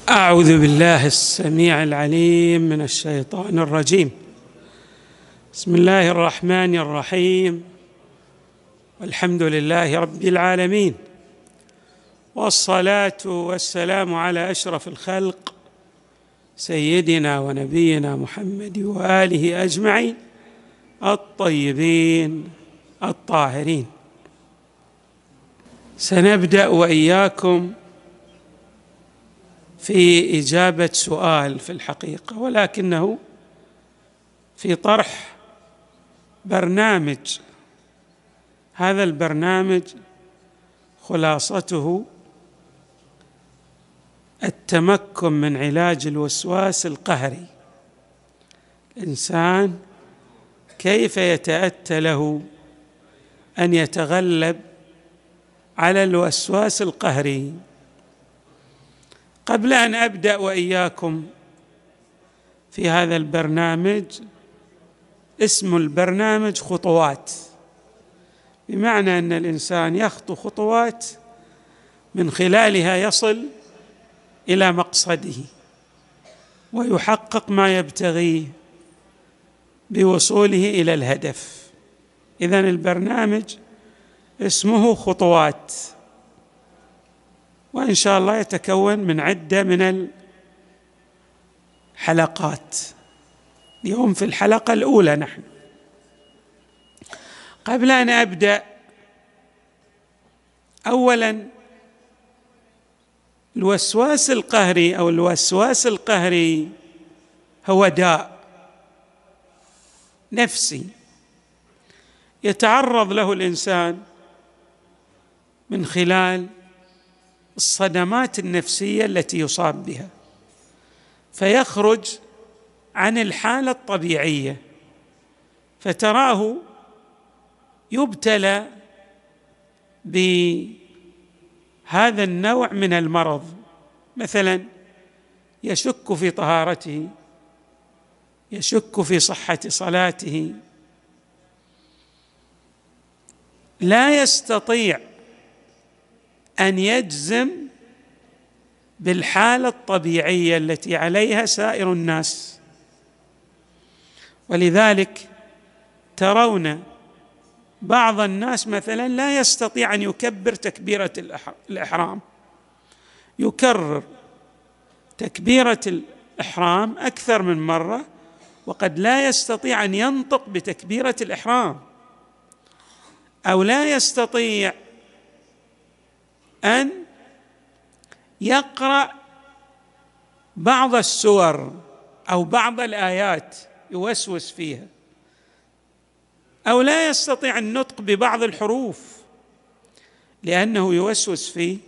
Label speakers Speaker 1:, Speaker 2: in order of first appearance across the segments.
Speaker 1: أعوذ بالله السميع العليم من الشيطان الرجيم. بسم الله الرحمن الرحيم، والحمد لله رب العالمين، والصلاة والسلام على أشرف الخلق سيدنا ونبينا محمد وآله أجمعين الطيبين الطاهرين. سنبدأ وإياكم في إجابة سؤال في الحقيقة، ولكنه في طرح برنامج. هذا البرنامج خلاصته التمكن من علاج الوسواس القهري. الإنسان كيف يتأتى له أن يتغلب على الوسواس القهري؟ قبل أن أبدأ وإياكم في هذا البرنامج، اسم البرنامج خطوات، بمعنى أن الإنسان يخطو خطوات من خلالها يصل إلى مقصده ويحقق ما يبتغيه بوصوله إلى الهدف. إذن البرنامج اسمه خطوات، وإن شاء الله يتكون من عدة من الحلقات. اليوم في الحلقة الأولى نحن. قبل أن أبدأ، أولاً الوسواس القهري أو الوسواس القهري هو داء نفسي يتعرض له الإنسان من خلال الصدمات النفسية التي يصاب بها، فيخرج عن الحالة الطبيعية، فتراه يبتلى بهذا النوع من المرض. مثلا يشك في طهارته، يشك في صحة صلاته، لا يستطيع أن يجزم بالحالة الطبيعية التي عليها سائر الناس. ولذلك ترون بعض الناس مثلا لا يستطيع أن يكبر تكبيرة الإحرام، يكرر تكبيرة الإحرام أكثر من مرة وقد لا يستطيع أن ينطق بتكبيرة الإحرام، أو لا يستطيع أن يقرأ بعض السور أو بعض الآيات يوسوس فيها، أو لا يستطيع النطق ببعض الحروف لأنه يوسوس فيه.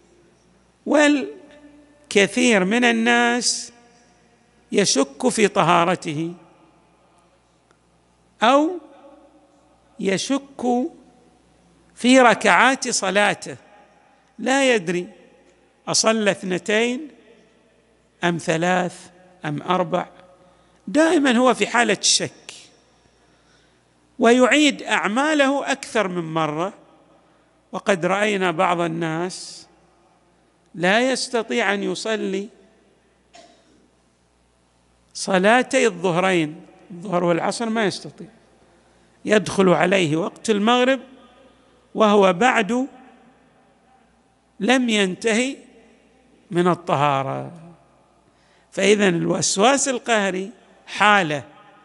Speaker 1: والكثير من الناس يشك في طهارته، أو يشك في ركعات صلاته، لا يدري أصلى 2 أم 3 أم 4، دائما هو في حالة الشك، ويعيد أعماله أكثر من مرة. وقد رأينا بعض الناس لا يستطيع أن يصلي صلاتي الظهرين، الظهر والعصر ما يستطيع، يدخل عليه وقت المغرب وهو بعد لم ينتهي من الطهارة. فإذن الوسواس القهري حالة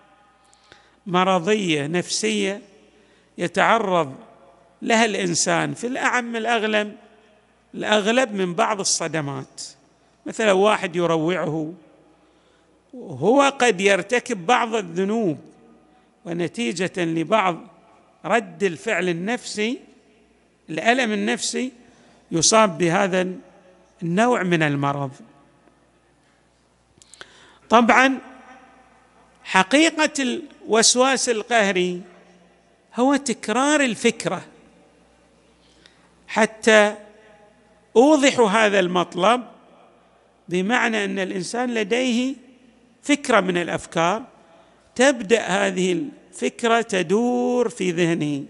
Speaker 1: مرضية نفسية يتعرض لها الإنسان في الأعم الأغلب من بعض الصدمات. مثلا واحد يروعه، وهو قد يرتكب بعض الذنوب، ونتيجة لبعض رد الفعل النفسي، الألم النفسي، يصاب بهذا النوع من المرض. طبعا حقيقة الوسواس القهري هو تكرار الفكرة. حتى أوضح هذا المطلب، بمعنى أن الإنسان لديه فكرة من الأفكار، تبدأ هذه الفكرة تدور في ذهنه،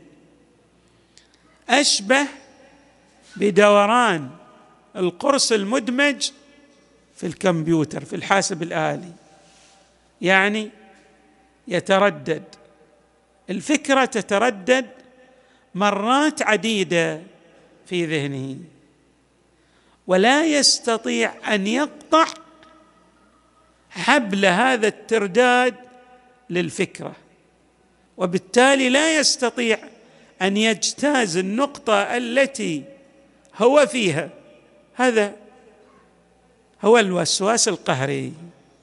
Speaker 1: أشبه بدوران القرص المدمج في الكمبيوتر، في الحاسب الآلي، يعني يتردد الفكرة، تتردد مرات عديدة في ذهنه، ولا يستطيع أن يقطع حبل هذا الترداد للفكرة، وبالتالي لا يستطيع أن يجتاز النقطة التي هو فيها. هذا هو الوسواس القهري.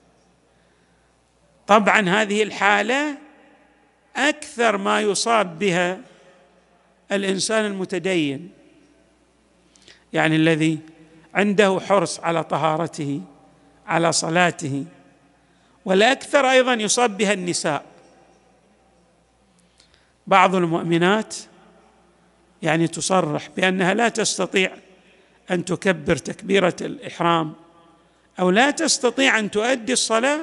Speaker 1: طبعا هذه الحالة أكثر ما يصاب بها الإنسان المتدين، يعني الذي عنده حرص على طهارته، على صلاته. والأكثر أيضا يصاب بها النساء. بعض المؤمنات يعني تصرح بأنها لا تستطيع أن تكبر تكبيرة الإحرام، أو لا تستطيع أن تؤدي الصلاة،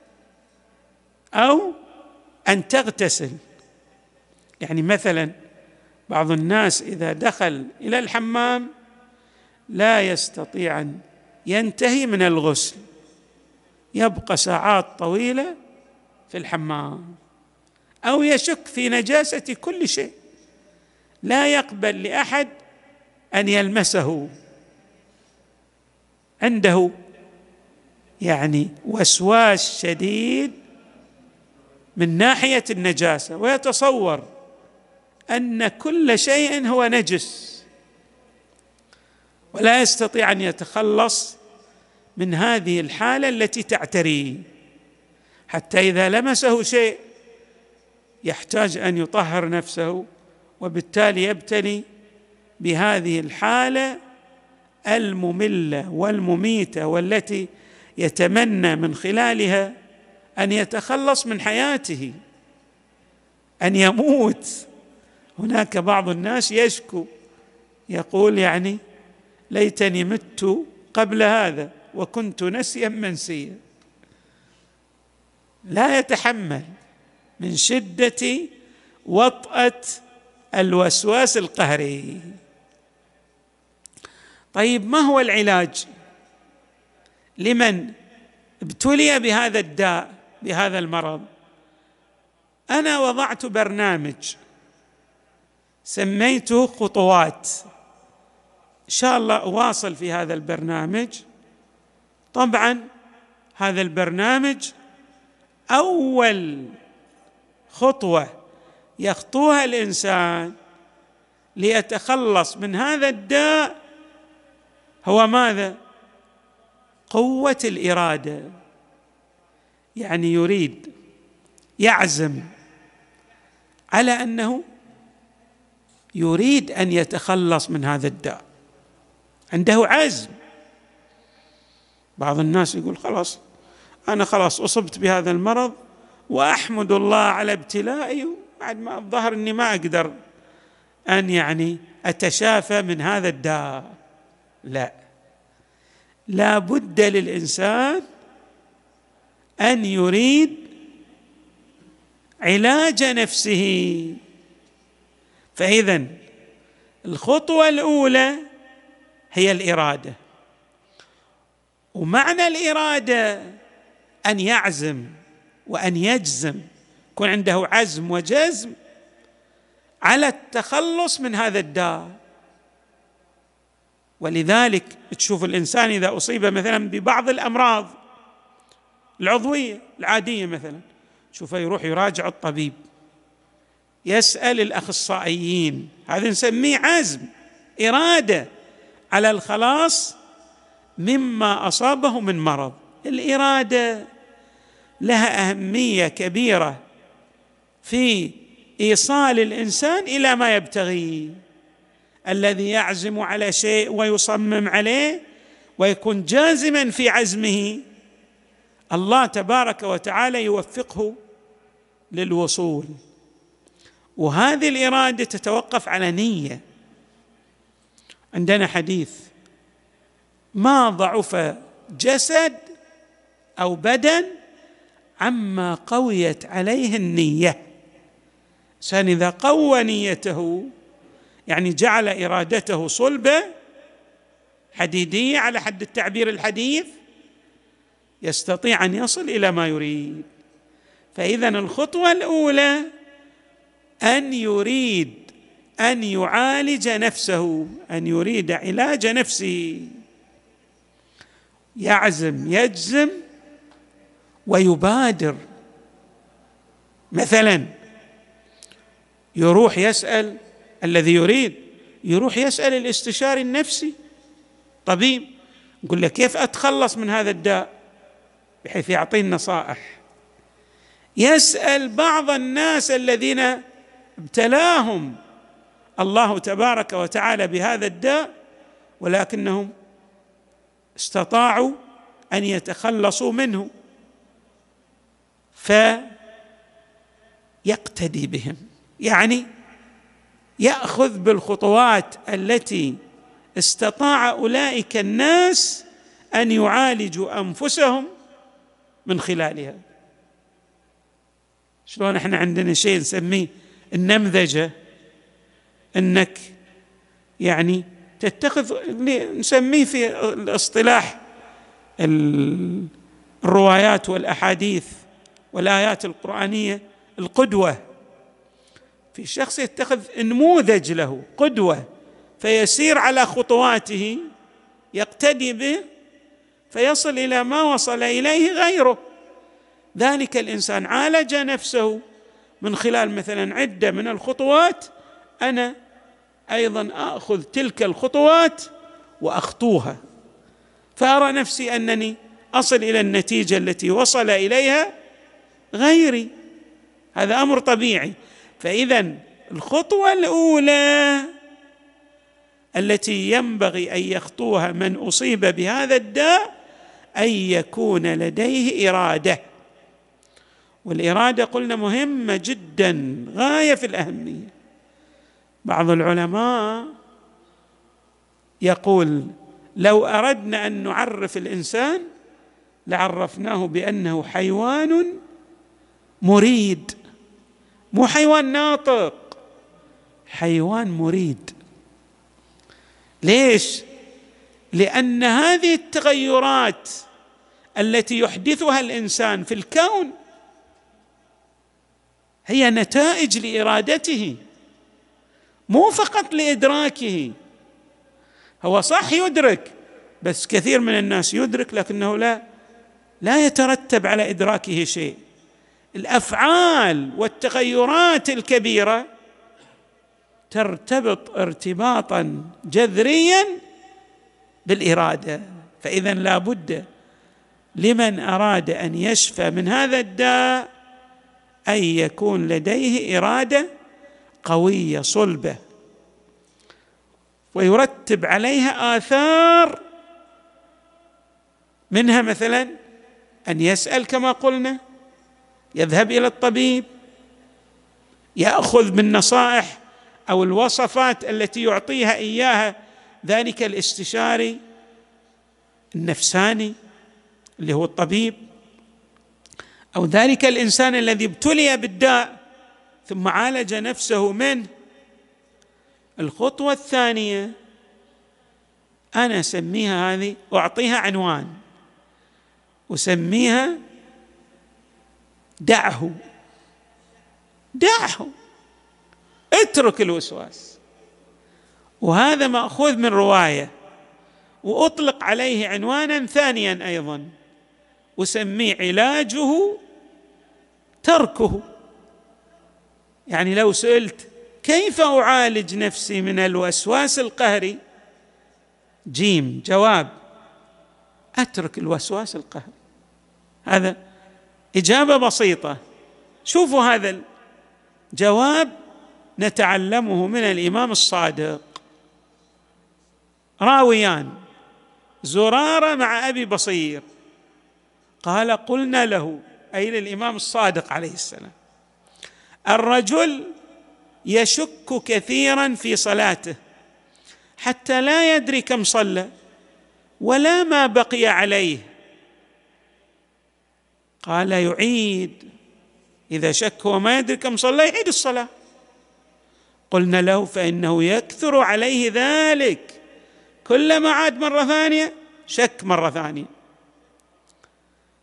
Speaker 1: أو أن تغتسل. يعني مثلا بعض الناس إذا دخل إلى الحمام لا يستطيع أن ينتهي من الغسل، يبقى ساعات طويلة في الحمام، أو يشك في نجاسة كل شيء، لا يقبل لأحد أن يلمسه. عنده يعني وسواس شديد من ناحية النجاسة، ويتصور أن كل شيء هو نجس، ولا يستطيع أن يتخلص من هذه الحالة التي تعتريه، حتى إذا لمسه شيء يحتاج أن يطهر نفسه، وبالتالي يبتلي بهذه الحالة المملة والمميتة، والتي يتمنى من خلالها أن يتخلص من حياته، أن يموت. هناك بعض الناس يشكو، يقول يعني ليتني مت قبل هذا وكنت نسيا منسيا. لا يتحمل من شدة وطأة الوسواس القهري. طيب، ما هو العلاج لمن ابتلي بهذا الداء، بهذا المرض؟ أنا وضعت برنامج سميته خطوات، إن شاء الله أواصل في هذا البرنامج. طبعا هذا البرنامج أول خطوة يخطوها الإنسان ليتخلص من هذا الداء هو ماذا؟ قوة الإرادة. يعني يريد، يعزم على أنه يريد أن يتخلص من هذا الداء، عنده عزم. بعض الناس يقول خلاص أنا خلاص أصبت بهذا المرض وأحمد الله على ابتلائي، بعد ما الظهر أني ما أقدر أن يعني أتشافى من هذا الداء. لا بد للإنسان أن يريد علاج نفسه. فإذا الخطوة الأولى هي الإرادة، ومعنى الإرادة أن يعزم وأن يجزم، يكون عنده عزم وجزم على التخلص من هذا الداء. ولذلك تشوف الإنسان إذا أصيب مثلا ببعض الأمراض العضوية العادية، مثلا شوفه يروح يراجع الطبيب، يسأل الأخصائيين، هذا نسميه عزم، إرادة على الخلاص مما أصابه من مرض. الإرادة لها أهمية كبيرة في إيصال الإنسان إلى ما يبتغيه. الذي يعزم على شيء ويصمم عليه ويكون جازما في عزمه، الله تبارك وتعالى يوفقه للوصول. وهذه الإرادة تتوقف على نية. عندنا حديث: ما ضعف جسد أو بدن عما قويت عليه النية. الإنسان إذا قوى نيته، يعني جعل إرادته صلبة حديدية على حد التعبير الحديث، يستطيع أن يصل إلى ما يريد. فإذن الخطوة الأولى أن يريد أن يعالج نفسه، أن يريد علاج نفسه، يجزم ويبادر. مثلا يروح يسأل، الذي يريد يروح يسأل الاستشاري النفسي، طبيب، يقول له كيف أتخلص من هذا الداء، بحيث يعطيه نصائح. يسأل بعض الناس الذين ابتلاهم الله تبارك وتعالى بهذا الداء ولكنهم استطاعوا أن يتخلصوا منه، فيقتدي بهم، يعني يأخذ بالخطوات التي استطاع أولئك الناس أن يعالجوا أنفسهم من خلالها. شلون احنا عندنا شيء نسميه النمذجة، انك يعني تتخذ نسميه في الاصطلاح الروايات والأحاديث والآيات القرآنية القدوة، في شخص يتخذ نموذج له قدوة فيسير على خطواته يقتدي به فيصل إلى ما وصل إليه غيره. ذلك الإنسان عالج نفسه من خلال مثلا عدة من الخطوات، أنا أيضا أخذ تلك الخطوات وأخطوها، فأرى نفسي أنني أصل إلى النتيجة التي وصل إليها غيري. هذا أمر طبيعي. فإذن الخطوة الأولى التي ينبغي أن يخطوها من أصيب بهذا الداء أن يكون لديه إرادة، والإرادة قلنا مهمة جدا غاية في الأهمية. بعض العلماء يقول لو أردنا أن نعرف الإنسان لعرفناه بأنه حيوان مريد، مو حيوان ناطق، حيوان مريد. ليش؟ لأن هذه التغيرات التي يحدثها الإنسان في الكون هي نتائج لإرادته، مو فقط لإدراكه. هو صح يدرك، بس كثير من الناس يدرك لكنه لا يترتب على إدراكه شيء. الأفعال والتغيرات الكبيرة ترتبط ارتباطا جذريا بالإرادة. فإذا لا بد لمن أراد أن يشفى من هذا الداء أن يكون لديه إرادة قوية صلبة ويرتب عليها آثار، منها مثلا أن يسأل كما قلنا، يذهب إلى الطبيب، يأخذ بالنصائح أو الوصفات التي يعطيها إياها ذلك الاستشاري النفساني اللي هو الطبيب، أو ذلك الإنسان الذي ابتلي بالداء ثم عالج نفسه منه. الخطوة الثانية أنا أسميها، هذه أعطيها عنوان، أسميها دعه، اترك الوسواس. وهذا مأخوذ من رواية، وأطلق عليه عنوانا ثانيا أيضا أسميه علاجه تركه. يعني لو سئلت كيف أعالج نفسي من الوسواس القهري، جيم جواب: أترك الوسواس القهري. هذا إجابة بسيطة. شوفوا هذا الجواب نتعلمه من الإمام الصادق. راويان، زرارة مع أبي بصير، قال: قلنا له، أي للإمام الصادق عليه السلام: الرجل يشك كثيرا في صلاته حتى لا يدري كم صلى ولا ما بقي عليه. قال: يعيد، إذا شك وما يدري كم صلى يعيد الصلاة. قلنا له: فإنه يكثر عليه ذلك، كلما عاد مرة ثانية شك مرة ثانية.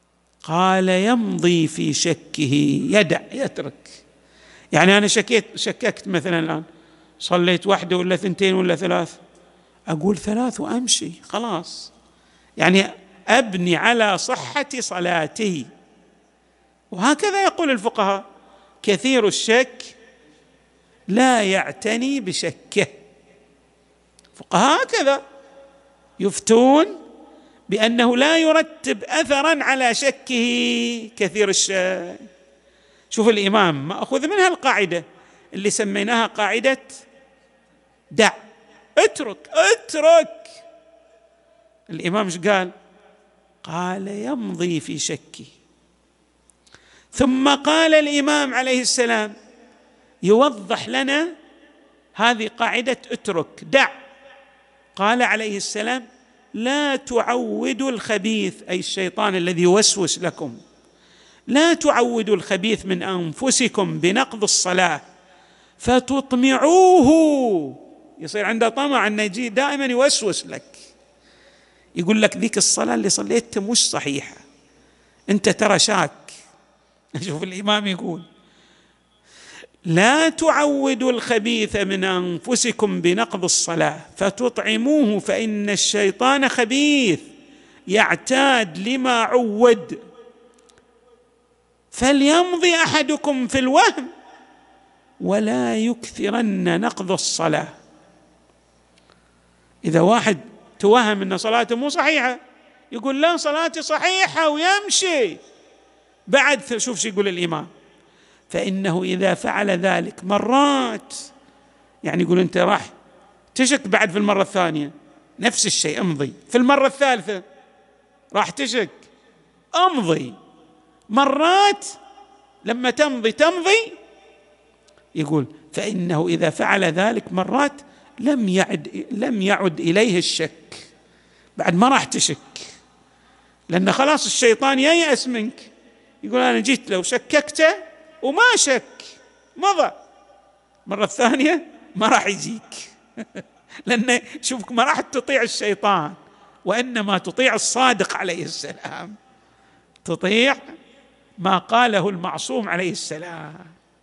Speaker 1: قال يمضي في شكه، يدع يترك. يعني أنا شككت مثلا الآن، صليت 1 ولا 2 ولا 3، أقول 3 وأمشي خلاص، يعني أبني على صحة صلاتي. وهكذا يقول الفقهاء: كثير الشك لا يعتني بشكه. فقهاء هكذا يفتون بأنه لا يرتب أثرا على شكه كثير الشك. شوف الإمام مأخذ منها القاعدة اللي سميناها قاعدة دع، اترك. الإمام ايش قال؟ قال يمضي في شكه. ثم قال الإمام عليه السلام يوضح لنا هذه قاعدة اترك دع، قال عليه السلام: لا تعودوا الخبيث، أي الشيطان الذي يوسوس لكم، لا تعودوا الخبيث من أنفسكم بنقض الصلاة فتطمعوه. يصير عنده طمع أنه يجي دائما يوسوس لك، يقول لك ذيك الصلاة اللي صليتها مش صحيحة، أنت ترى شاك. شوف الإمام يقول: لا تعودوا الخبيث من أنفسكم بنقض الصلاة فتطعموه فإن الشيطان خبيث يعتاد لما عود، فليمضي أحدكم في الوهم ولا يكثرن نقض الصلاة. إذا واحد توهم أن صلاته مو صحيحة، يقول لا صلاتي صحيحة ويمشي. بعد شوف شو يقول الإمام: فإنه إذا فعل ذلك مرات، يعني يقول أنت راح تشك بعد في المرة الثانية نفس الشيء، امضي. في المرة الثالثة راح تشك، امضي. مرات لما تمضي يقول: فإنه إذا فعل ذلك مرات لم يعد إليه الشك، بعد ما راح تشك، لأن خلاص الشيطان ييأس منك. يقول أنا جيت لو شككته وما شك، مضى، مرة الثانية ما راح يجيك. لأن شوفك ما راح تطيع الشيطان، وإنما تطيع الصادق عليه السلام، تطيع ما قاله المعصوم عليه السلام.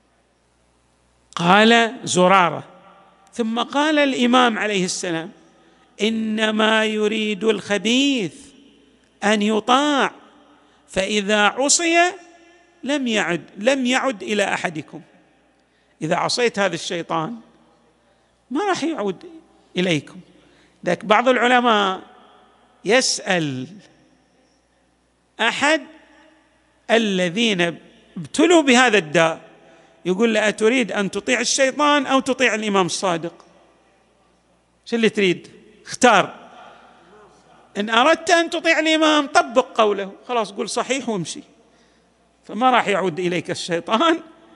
Speaker 1: قال زرارة: ثم قال الإمام عليه السلام: إنما يريد الخبيث أن يطاع، فإذا عصي لم يعد إلى أحدكم. إذا عصيت هذا الشيطان ما راح يعود إليكم. لذلك بعض العلماء يسأل أحد الذين ابتلوا بهذا الداء، يقول له: أتريد أن تطيع الشيطان أو تطيع الإمام الصادق؟ شو اللي تريد؟ اختار. إن أردت أن تطيع الإمام طبق قوله، خلاص قل صحيح وامشي، فما راح يعود إليك الشيطان،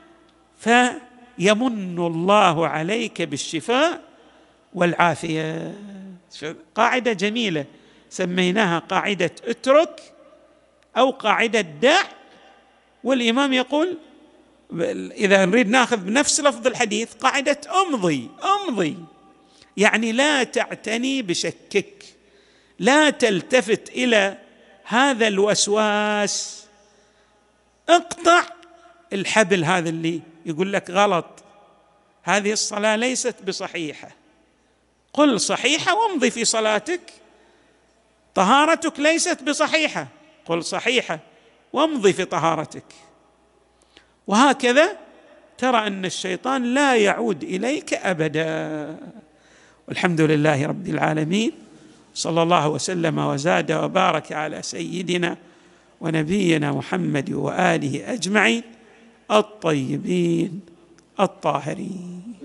Speaker 1: فيمن الله عليك بالشفاء والعافية. قاعدة جميلة سميناها قاعدة اترك أو قاعدة دع. والإمام يقول إذا نريد ناخذ بنفس لفظ الحديث قاعدة امضي، يعني لا تعتني بشكك، لا تلتفت إلى هذا الوسواس، اقطع الحبل هذا اللي يقول لك غلط، هذه الصلاة ليست بصحيحة، قل صحيحة وامضي في صلاتك. طهارتك ليست بصحيحة، قل صحيحة وامضي في طهارتك. وهكذا ترى أن الشيطان لا يعود إليك أبدا. والحمد لله رب العالمين، صلى الله وسلم وزاد وبارك على سيدنا ونبينا محمد وآله أجمعين الطيبين الطاهرين.